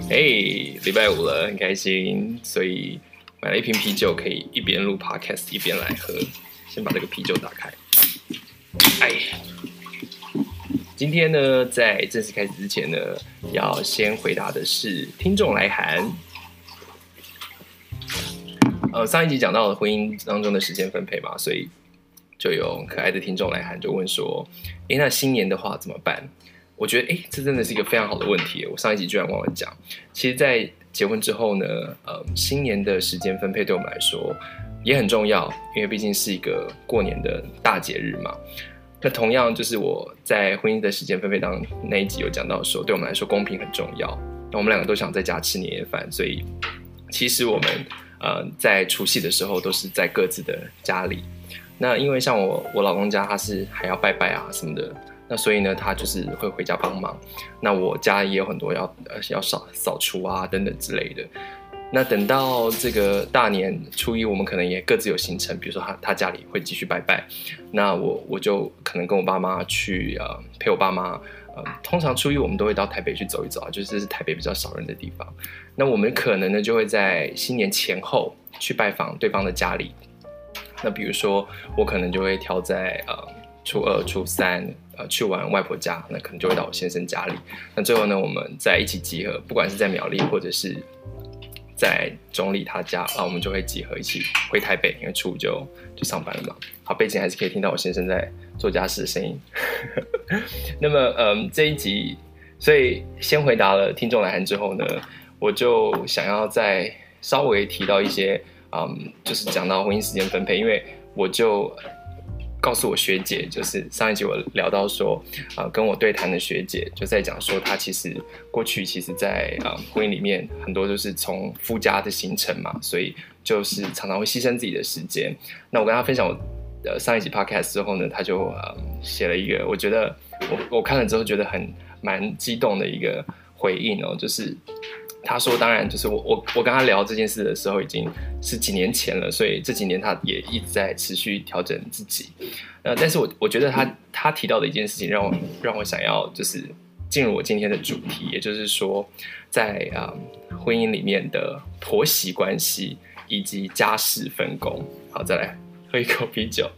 嘿，礼拜五了，很开心，所以买了一瓶啤酒，可以一边录 podcast 一边来喝。先把这个啤酒打开。今天呢，在正式开始之前呢，要先回答的是听众来函。上一集讲到了婚姻当中的时间分配嘛，所以就有可爱的听众来函，就问说：“那新年的话怎么办？”我觉得，这真的是一个非常好的问题。我上一集居然忘了讲，其实，在结婚之后呢，新年的时间分配对我们来说也很重要，因为毕竟是一个过年的大节日嘛。那同样，就是我在婚姻的时间分配当中那一集有讲到说，对我们来说公平很重要。那我们两个都想在家吃年夜饭，所以其实我们在除夕的时候都是在各自的家里。那因为像我老公家他是还要拜拜啊什么的。那所以呢，他就是会回家帮忙。那我家也有很多要扫除啊等等之类的。那等到这个大年初一，我们可能也各自有行程，比如说他家里会继续拜拜，那我就可能跟我爸妈去陪我爸妈。通常初一我们都会到台北去走一走啊，就是台北比较少人的地方。那我们可能呢就会在新年前后去拜访对方的家里。那比如说我可能就会挑在初二、初三，去完外婆家，那可能就会到我先生家里。那最后呢，我们再一起集合，不管是在苗栗或者是在中立他家，我们就会集合一起回台北，因为初五就上班了嘛。好，背景还是可以听到我先生在做家事的声音。那么，这一集，所以先回答了听众来函之后呢，我就想要再稍微提到一些，就是讲到婚姻时间分配，因为我就告诉我学姐，就是上一集我聊到说，跟我对谈的学姐就在讲说，她其实过去在婚姻里面很多就是从夫家的行程嘛，所以就是常常会牺牲自己的时间。那我跟她分享我上一集 podcast 之后呢，她就写了一个，我觉得我看了之后觉得蛮激动的一个回应哦，就是他说，当然就是我跟他聊这件事的时候已经是几年前了，所以这几年他也一直在持续调整自己。但是我觉得他提到的一件事情让我想要就是进入我今天的主题，也就是说在婚姻里面的婆媳关系以及家事分工。好，再来喝一口啤酒。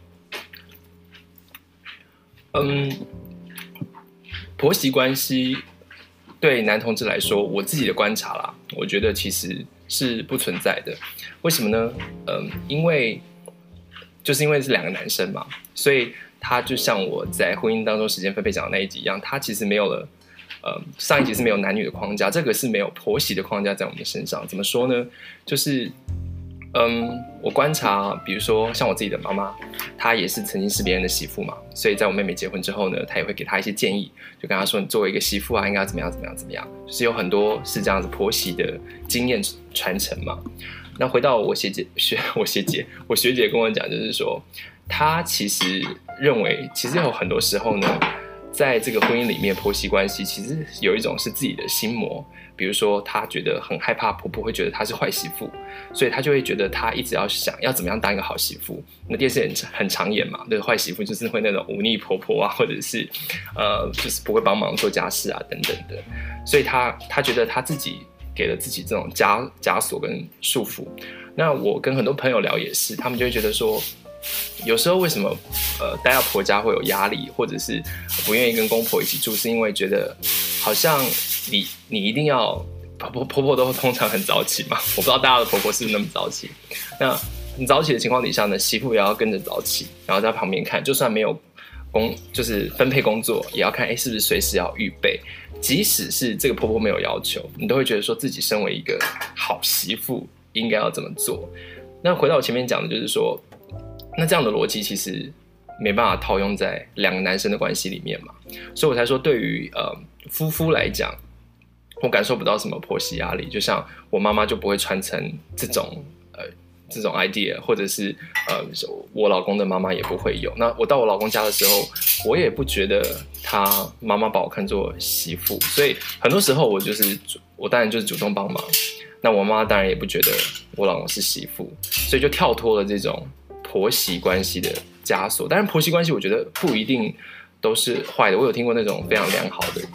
婆媳关系对男同志来说，我自己的观察啦，我觉得其实是不存在的。为什么呢？因为是两个男生嘛，所以他就像我在婚姻当中时间分配讲的那一集一样，他其实没有了。上一集是没有男女的框架，这个是没有婆媳的框架在我们的身上。怎么说呢？就是我观察，比如说像我自己的妈妈，她也是曾经是别人的媳妇嘛，所以在我妹妹结婚之后呢，她也会给她一些建议，就跟她说，你作为一个媳妇啊，应该要怎么样怎么样怎么样，就是有很多是这样子婆媳的经验传承嘛。那回到我学姐跟我讲，就是说，她其实认为，其实有很多时候呢，在这个婚姻里面，婆媳关系其实有一种是自己的心魔。比如说，她觉得很害怕婆婆会觉得她是坏媳妇，所以她就会觉得她一直要想要怎么样当一个好媳妇。那电视很常演嘛，对，坏媳妇就是会那种忤逆婆婆啊，或者是就是不会帮忙做家事啊等等的。所以她觉得她自己给了自己这种枷锁跟束缚。那我跟很多朋友聊也是，他们就会觉得说，有时候为什么待到婆家会有压力，或者是不愿意跟公婆一起住，是因为觉得好像你一定要婆婆都通常很早起嘛，我不知道大家的婆婆是不是那么早起。那很早起的情况底下呢，媳妇也要跟着早起，然后在旁边看，就算没有就是分配工作，也要看是不是随时要预备。即使是这个婆婆没有要求，你都会觉得说自己身为一个好媳妇应该要怎么做。那回到我前面讲的，就是说，那这样的逻辑其实没办法套用在两个男生的关系里面嘛，所以我才说，对于夫妇来讲，我感受不到什么婆媳压力。就像我妈妈就不会传承这种 idea， 或者是我老公的妈妈也不会有。那我到我老公家的时候，我也不觉得他妈妈把我看作媳妇，所以很多时候我当然就是主动帮忙。那我妈当然也不觉得我老公是媳妇，所以就跳脱了这种婆媳关系的枷锁。当然婆媳关系我觉得不一定都是坏的，我有听过那种非常良好的，就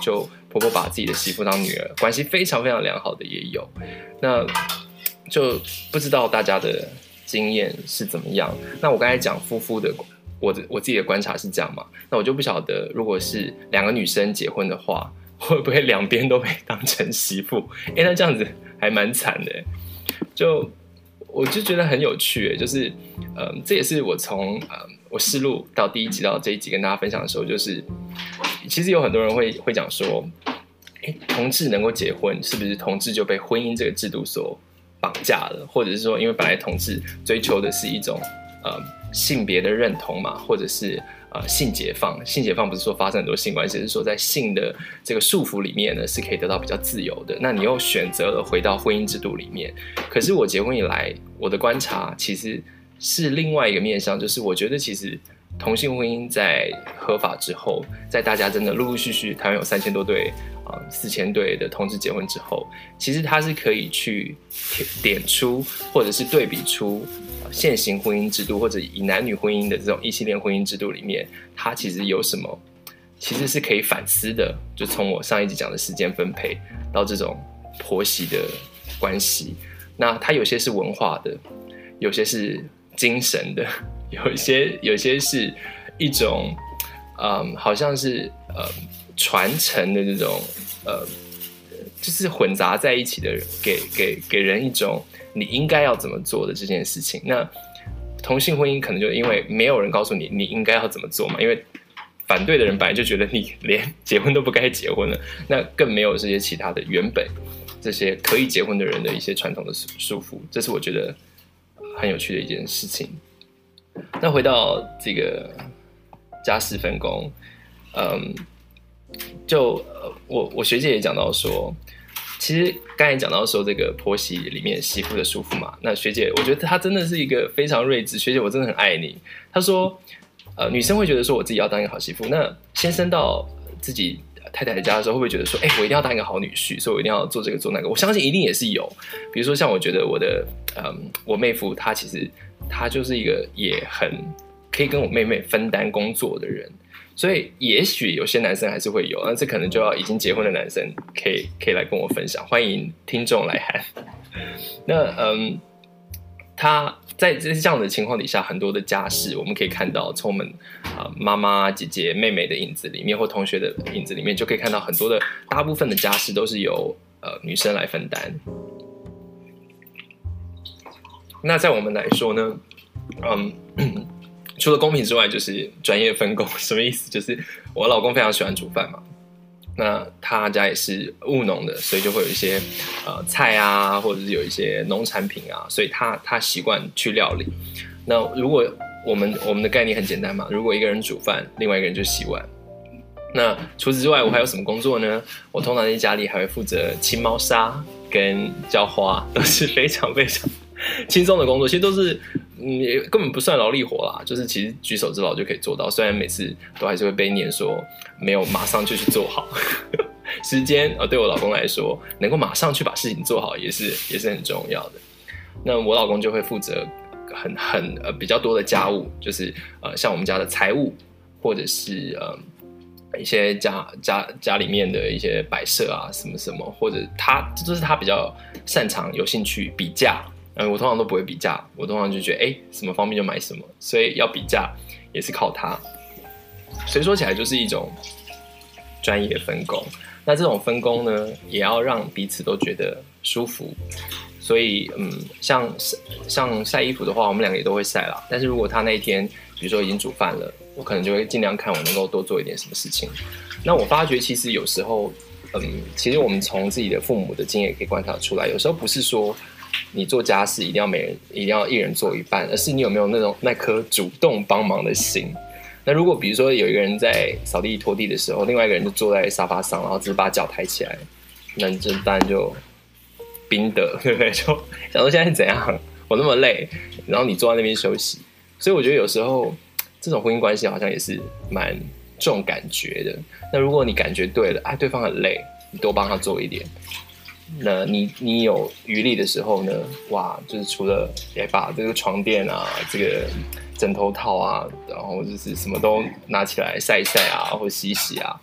婆婆把自己的媳妇当女儿，关系非常非常良好的也有。那就不知道大家的经验是怎么样。那我刚才讲夫妇的，我自己的观察是这样嘛，那我就不晓得，如果是2个女生结婚的话，会不会2边都被当成媳妇？那这样子还蛮惨的。我就觉得很有趣，就是这也是我从我试录到第1集到这一集跟大家分享的时候，就是其实有很多人会讲说，同志能够结婚，是不是同志就被婚姻这个制度所绑架了？或者是说，因为本来同志追求的是一种性别的认同嘛，或者是性解放。性解放不是说发生很多性关系，是说在性的这个束缚里面呢，是可以得到比较自由的。那你又选择了回到婚姻制度里面。可是我结婚以来，我的观察其实是另外一个面向，就是我觉得其实同性婚姻在合法之后，在大家真的陆陆续续，台湾有3000多对4000对的同志结婚之后，其实它是可以去点出或者是对比出现行婚姻制度或者以男女婚姻的这种异性恋婚姻制度里面，它其实有什么其实是可以反思的。就从我上一集讲的时间分配到这种婆媳的关系，那它有些是文化的，有些是精神的，有些是一种好像是传承的这种就是混杂在一起的，给人一种你应该要怎么做的这件事情。那同性婚姻可能就因为没有人告诉你应该要怎么做嘛，因为反对的人本来就觉得你连结婚都不该结婚了，那更没有这些其他的原本这些可以结婚的人的一些传统的束缚，这是我觉得很有趣的一件事情。那回到这个家事分工，我学姐也讲到说，其实刚才讲到说这个婆媳里面媳妇的束缚嘛，那学姐我觉得她真的是一个非常睿智，学姐我真的很爱你。她说，女生会觉得说我自己要当一个好媳妇，那先生到自己太太的家的时候，会不会觉得说，我一定要当一个好女婿，所以我一定要做这个做那个？我相信一定也是有，比如说像我觉得我妹夫他其实他就是一个也很可以跟我妹妹分担工作的人。所以也许有些男生还是会有，那这可能就要已经结婚的男生可以来跟我分享，欢迎听众来函。那他在这样的情况底下，很多的家事我们可以看到，从我们妈妈、姐姐、妹妹的影子里面，或同学的影子里面，就可以看到很多的大部分的家事都是由女生来分担。那在我们来说呢，除了公平之外，就是专业分工。什么意思？就是我老公非常喜欢煮饭嘛，那他家也是务农的，所以就会有一些菜啊，或者是有一些农产品啊，所以他习惯去料理。那如果我们的概念很简单嘛，如果一个人煮饭，另外一个人就洗碗。那除此之外，我还有什么工作呢？我通常在家里还会负责清猫砂跟浇花，都是非常非常轻松的工作，其实都是根本不算劳力活啦，就是其实举手之劳就可以做到。虽然每次都还是会被念说没有马上就去做好，时间对我老公来说，能够马上去把事情做好也是很重要的。那我老公就会负责比较多的家务，就是像我们家的财务，或者是一些家里面的一些摆设啊，什么，或者这是他比较擅长、有兴趣比价。我通常都不会比价，我通常就觉得什么方便就买什么，所以要比价也是靠他。所以说起来就是一种专业分工。那这种分工呢，也要让彼此都觉得舒服。所以像晒衣服的话，我们两个也都会晒啦。但是如果他那一天比如说已经煮饭了，我可能就会尽量看我能够多做一点什么事情。那我发觉其实有时候其实我们从自己的父母的经验可以观察出来，有时候不是说你做家事一定要一人做一半，而是你有没有那颗主动帮忙的心。那如果比如说有一个人在扫地拖地的时候，另外一个人就坐在沙发上，然后只是把脚抬起来，那这当然就冰的，对不对？就想说现在是怎样，我那么累，然后你坐在那边休息。所以我觉得有时候这种婚姻关系好像也是蛮重感觉的。那如果你感觉对了，对方很累，你多帮他做一点。那你有余力的时候呢，哇，就是除了把这个床垫啊、这个枕头套啊，然后就是什么都拿起来晒一晒啊，或洗一洗啊，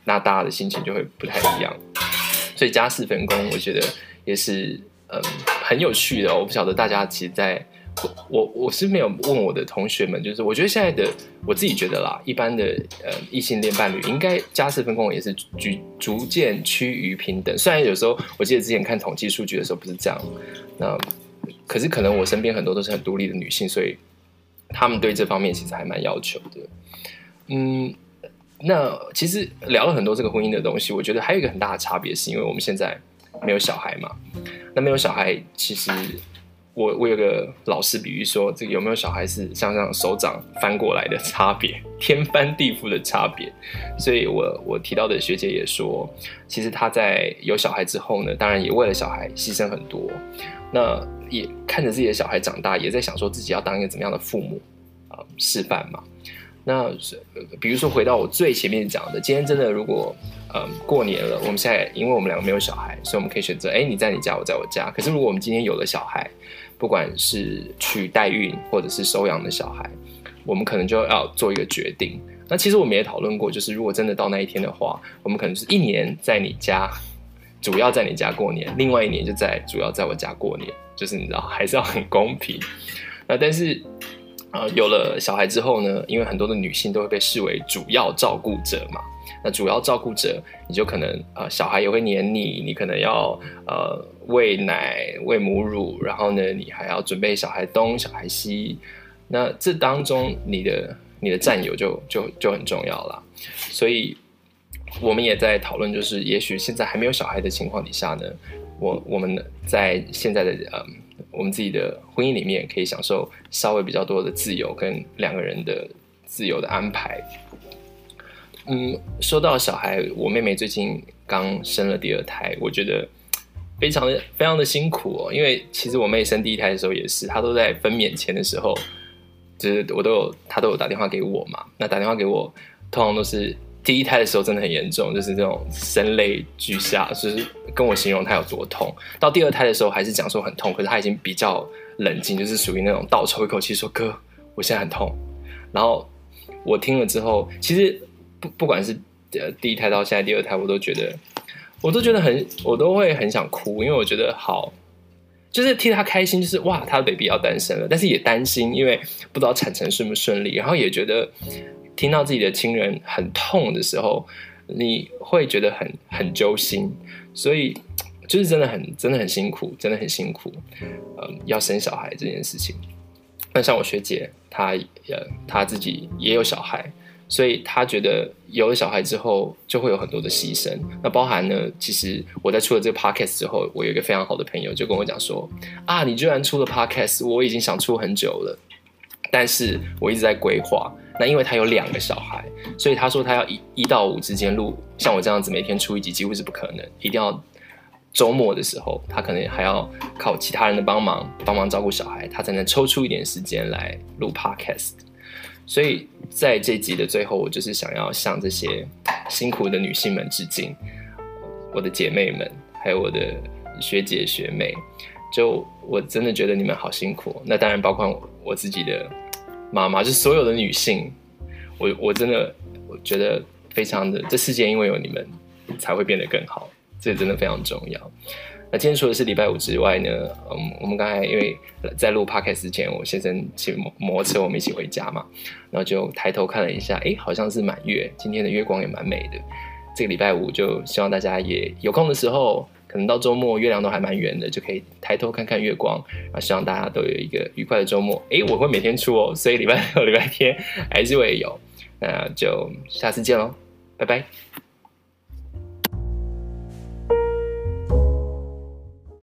那大家的心情就会不太一样。所以家事分工，我觉得也是很有趣的哦。我不晓得大家其实我是没有问我的同学们，就是我觉得现在的我自己觉得啦，一般的异性恋伴侣应该家事分工也是逐渐趋于平等。虽然有时候我记得之前看统计数据的时候不是这样，那可是可能我身边很多都是很独立的女性，所以他们对这方面其实还蛮要求的。那其实聊了很多这个婚姻的东西，我觉得还有一个很大的差别，是因为我们现在没有小孩嘛。那没有小孩，其实我有个老师比喻说，这个有没有小孩是像这样手掌翻过来的差别，天翻地覆的差别。所以我提到的学姐也说，其实她在有小孩之后呢，当然也为了小孩牺牲很多，那也看着自己的小孩长大，也在想说自己要当一个怎么样的父母示范嘛。那比如说回到我最前面讲的，今天真的如果过年了，我们现在因为我们两个没有小孩，所以我们可以选择你在你家我在我家。可是如果我们今天有了小孩，不管是去代孕或者是收养的小孩，我们可能就要做一个决定。那其实我们也讨论过，就是如果真的到那一天的话，我们可能就是一年在你家，主要在你家过年，另外一年就主要在我家过年，就是你知道还是要很公平。那但是有了小孩之后呢，因为很多的女性都会被视为主要照顾者嘛，那主要照顾者你就可能小孩也会黏你，你可能要喂奶喂母乳，然后呢你还要准备小孩东小孩西，那这当中你的战友就很重要啦。所以我们也在讨论，就是也许现在还没有小孩的情况底下呢，我们在现在的我们自己的婚姻里面可以享受稍微比较多的自由跟两个人的自由的安排。说到小孩，我妹妹最近刚生了第二胎，我觉得非常的辛苦哦。因为其实我妹生第一胎的时候也是，她都在分娩前的时候，就是她都有打电话给我嘛。那打电话给我，通常都是第一胎的时候真的很严重，就是这种声泪俱下，就是跟我形容她有多痛。到第二胎的时候还是讲说很痛，可是她已经比较冷静，就是属于那种倒抽一口气说哥，我现在很痛。然后我听了之后，其实不管是第一胎到现在第二胎，我都觉得我都会很想哭，因为我觉得好，就是替他开心，就是哇，他的 baby 要诞生了，但是也担心，因为不知道产程顺不顺利，然后也觉得听到自己的亲人很痛的时候，你会觉得很揪心，所以就是真的很辛苦，真的很辛苦。要生小孩这件事情，那像我学姐，她自己也有小孩。所以他觉得有了小孩之后就会有很多的牺牲，那包含呢，其实我在出了这个 podcast 之后，我有一个非常好的朋友就跟我讲说，你居然出了 podcast， 我已经想出很久了，但是我一直在规划。那因为他有2个小孩，所以他说他要1到5之间录，像我这样子每天出1集几乎是不可能，一定要周末的时候，他可能还要靠其他人的帮忙照顾小孩，他才能抽出一点时间来录 podcast。所以在这集的最后，我就是想要向这些辛苦的女性们致敬，我的姐妹们，还有我的学姐学妹，就我真的觉得你们好辛苦。那当然包括我自己的妈妈，就是所有的女性，我真的我觉得非常的，这世界因为有你们才会变得更好，这真的非常重要。那今天除了是礼拜5之外呢，我们刚才因为在录 podcast 之前，我先生骑摩托车，我们一起回家嘛，然后就抬头看了一下，好像是满月，今天的月光也蛮美的。这个礼拜5就希望大家也有空的时候，可能到周末月亮都还蛮圆的，就可以抬头看看月光，然后希望大家都有一个愉快的周末。我会每天出哦，所以礼拜6、礼拜天还是会有。那就下次见咯，拜拜。